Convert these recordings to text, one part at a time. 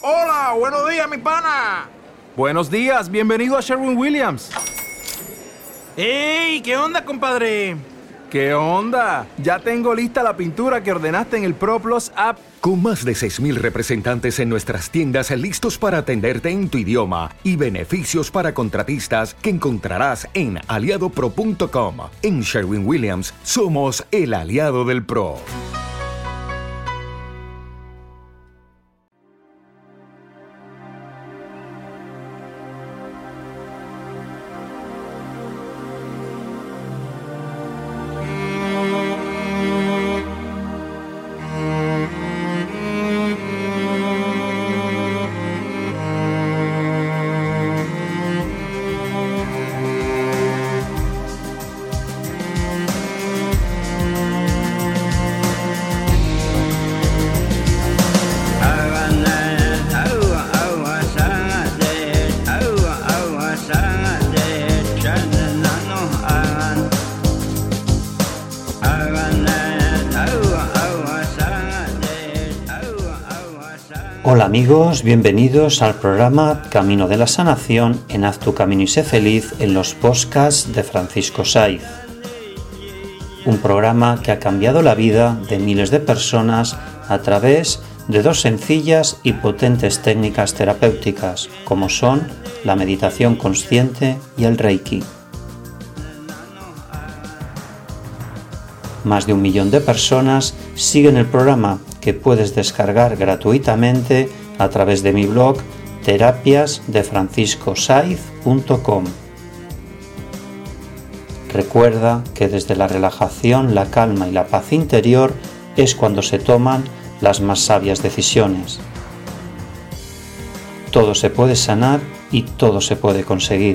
Hola, buenos días, mi pana. Buenos días, bienvenido a Sherwin-Williams. ¡Ey! ¿Qué onda, compadre? ¿Qué onda? Ya tengo lista la pintura que ordenaste en el ProPlus app. Con más de 6,000 representantes en nuestras tiendas listos para atenderte en tu idioma y beneficios para contratistas que encontrarás en aliadopro.com. En Sherwin-Williams somos el aliado del pro. Hola amigos, bienvenidos al programa Camino de la Sanación en Haz tu Camino y sé feliz en los podcasts de Francisco Saiz. Un programa que ha cambiado la vida de miles de personas a través de dos sencillas y potentes técnicas terapéuticas, como son la meditación consciente y el Reiki. Más de 1 millón de personas siguen el programa, que puedes descargar gratuitamente a través de mi blog terapiasdefranciscosaiz.com. Recuerda que desde la relajación, la calma y la paz interior es cuando se toman las más sabias decisiones. Todo se puede sanar y todo se puede conseguir.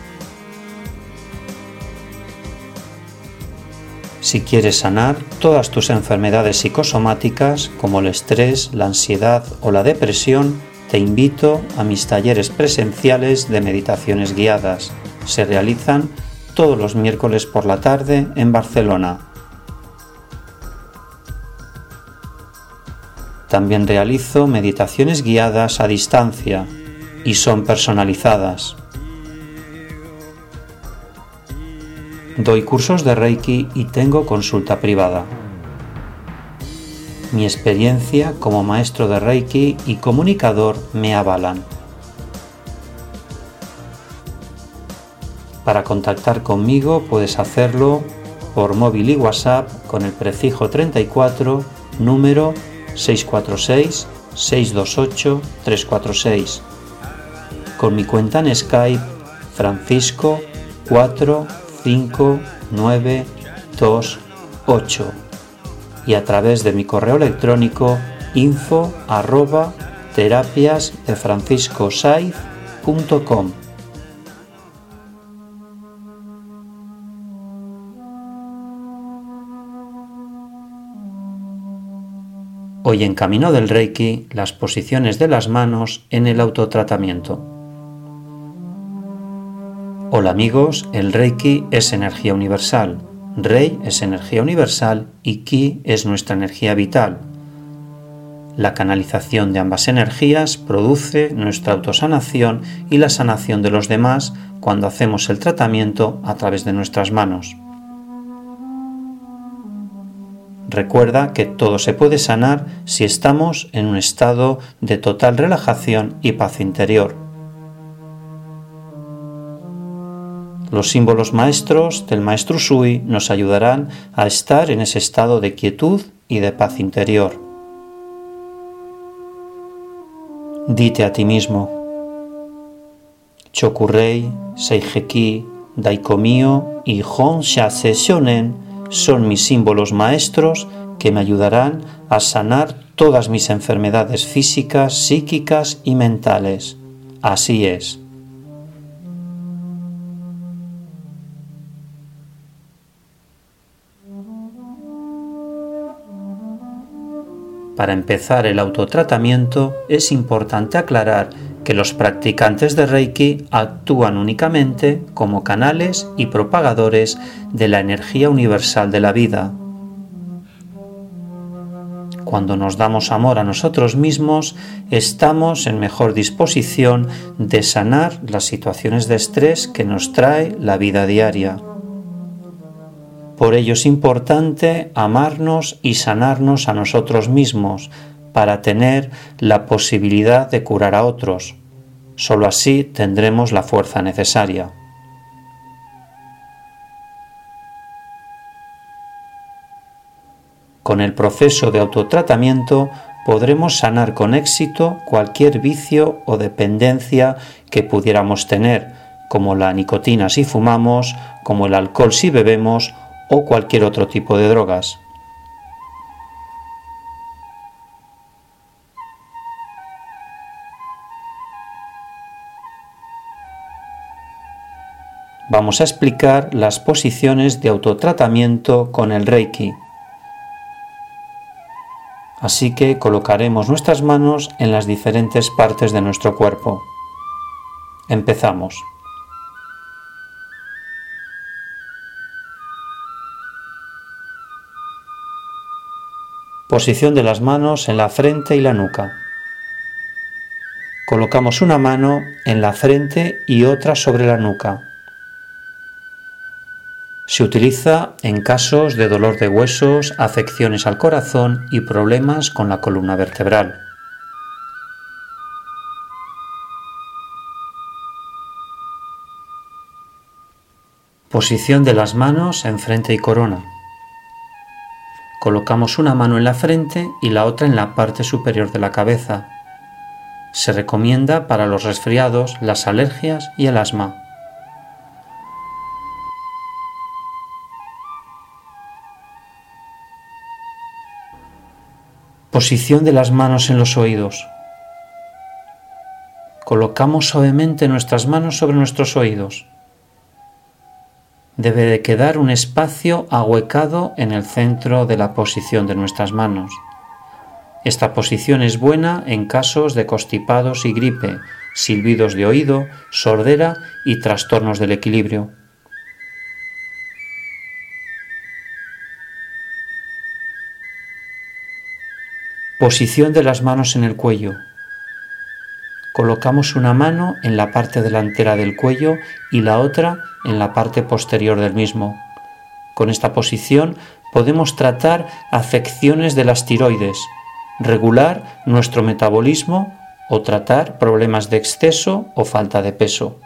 Si quieres sanar todas tus enfermedades psicosomáticas como el estrés, la ansiedad o la depresión, te invito a mis talleres presenciales de meditaciones guiadas. Se realizan todos los miércoles por la tarde en Barcelona. También realizo meditaciones guiadas a distancia y son personalizadas. Doy cursos de Reiki y tengo consulta privada. Mi experiencia como maestro de Reiki y comunicador me avalan. Para contactar conmigo puedes hacerlo por móvil y WhatsApp con el prefijo 34, número 646-628-346. Con mi cuenta en Skype, Francisco 45928 y a través de mi correo electrónico info@terapiasdefranciscosaiz.com. Hoy en Camino del Reiki, las posiciones de las manos en el autotratamiento. Hola amigos, el Reiki es energía universal, Rei es energía universal y Ki es nuestra energía vital. La canalización de ambas energías produce nuestra autosanación y la sanación de los demás cuando hacemos el tratamiento a través de nuestras manos. Recuerda que todo se puede sanar si estamos en un estado de total relajación y paz interior. Los símbolos maestros del Maestro Usui nos ayudarán a estar en ese estado de quietud y de paz interior. Dite a ti mismo: Chokurei, Seigeki, Daikomio y Hon Shase Shonen son mis símbolos maestros que me ayudarán a sanar todas mis enfermedades físicas, psíquicas y mentales. Así es. Para empezar el autotratamiento es importante aclarar que los practicantes de Reiki actúan únicamente como canales y propagadores de la energía universal de la vida. Cuando nos damos amor a nosotros mismos, estamos en mejor disposición de sanar las situaciones de estrés que nos trae la vida diaria. Por ello es importante amarnos y sanarnos a nosotros mismos para tener la posibilidad de curar a otros. Solo así tendremos la fuerza necesaria. Con el proceso de autotratamiento podremos sanar con éxito cualquier vicio o dependencia que pudiéramos tener, como la nicotina si fumamos, como el alcohol si bebemos o cualquier otro tipo de drogas. Vamos a explicar las posiciones de autotratamiento con el Reiki. Así que colocaremos nuestras manos en las diferentes partes de nuestro cuerpo. Empezamos. Posición de las manos en la frente y la nuca. Colocamos una mano en la frente y otra sobre la nuca. Se utiliza en casos de dolor de huesos, afecciones al corazón y problemas con la columna vertebral. Posición de las manos en frente y corona. Colocamos una mano en la frente y la otra en la parte superior de la cabeza. Se recomienda para los resfriados, las alergias y el asma. Posición de las manos en los oídos. Colocamos suavemente nuestras manos sobre nuestros oídos. Debe de quedar un espacio ahuecado en el centro de la posición de nuestras manos. Esta posición es buena en casos de constipados y gripe, silbidos de oído, sordera y trastornos del equilibrio. Posición de las manos en el cuello. Colocamos una mano en la parte delantera del cuello y la otra en la parte posterior del mismo. Con esta posición podemos tratar afecciones de las tiroides, regular nuestro metabolismo o tratar problemas de exceso o falta de peso.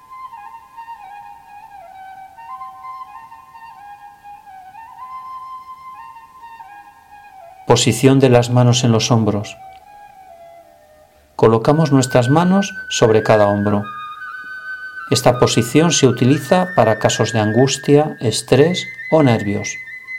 Posición de las manos en los hombros. Colocamos nuestras manos sobre cada hombro. Esta posición se utiliza para casos de angustia, estrés o nervios.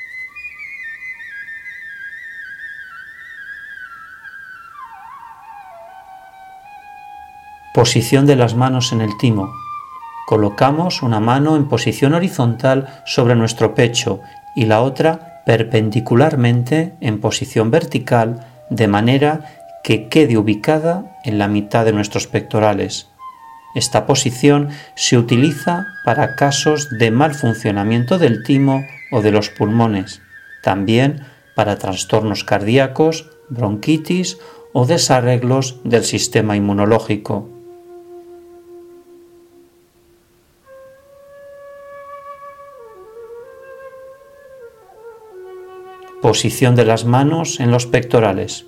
Posición de las manos en el timo. Colocamos una mano en posición horizontal sobre nuestro pecho y la otra perpendicularmente en posición vertical, de manera que quede ubicada en la mitad de nuestros pectorales. Esta posición se utiliza para casos de mal funcionamiento del timo o de los pulmones, también para trastornos cardíacos, bronquitis o desarreglos del sistema inmunológico. Posición de las manos en los pectorales.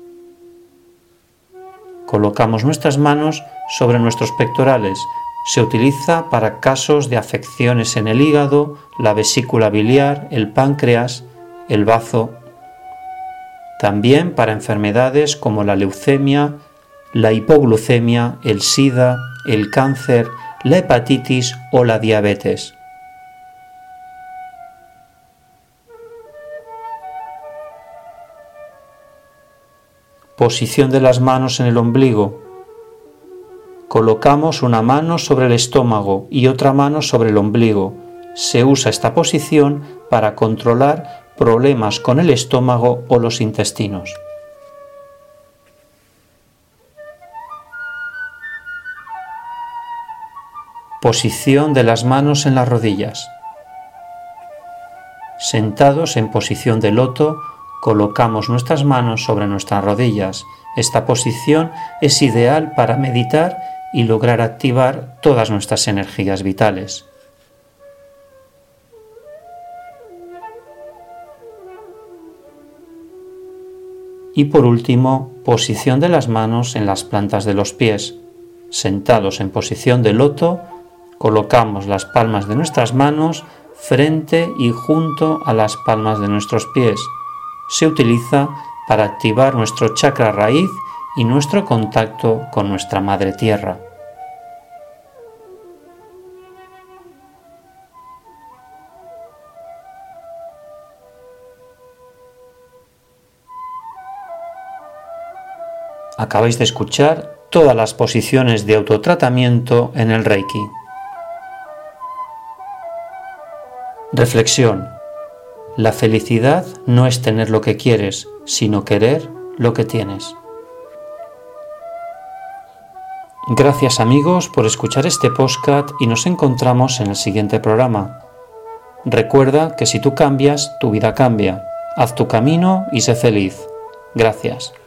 Colocamos nuestras manos sobre nuestros pectorales. Se utiliza para casos de afecciones en el hígado, la vesícula biliar, el páncreas, el bazo. También para enfermedades como la leucemia, la hipoglucemia, el SIDA, el cáncer, la hepatitis o la diabetes. Posición de las manos en el ombligo. Colocamos una mano sobre el estómago y otra mano sobre el ombligo. Se usa esta posición para controlar problemas con el estómago o los intestinos. Posición de las manos en las rodillas. Sentados en posición de loto, colocamos nuestras manos sobre nuestras rodillas. Esta posición es ideal para meditar y lograr activar todas nuestras energías vitales. Y por último, posición de las manos en las plantas de los pies. Sentados en posición de loto, colocamos las palmas de nuestras manos frente y junto a las palmas de nuestros pies. Se utiliza para activar nuestro chakra raíz y nuestro contacto con nuestra Madre Tierra. Acabáis de escuchar todas las posiciones de autotratamiento en el Reiki. Reflexión. La felicidad no es tener lo que quieres, sino querer lo que tienes. Gracias amigos por escuchar este podcast y nos encontramos en el siguiente programa. Recuerda que si tú cambias, tu vida cambia. Haz tu camino y sé feliz. Gracias.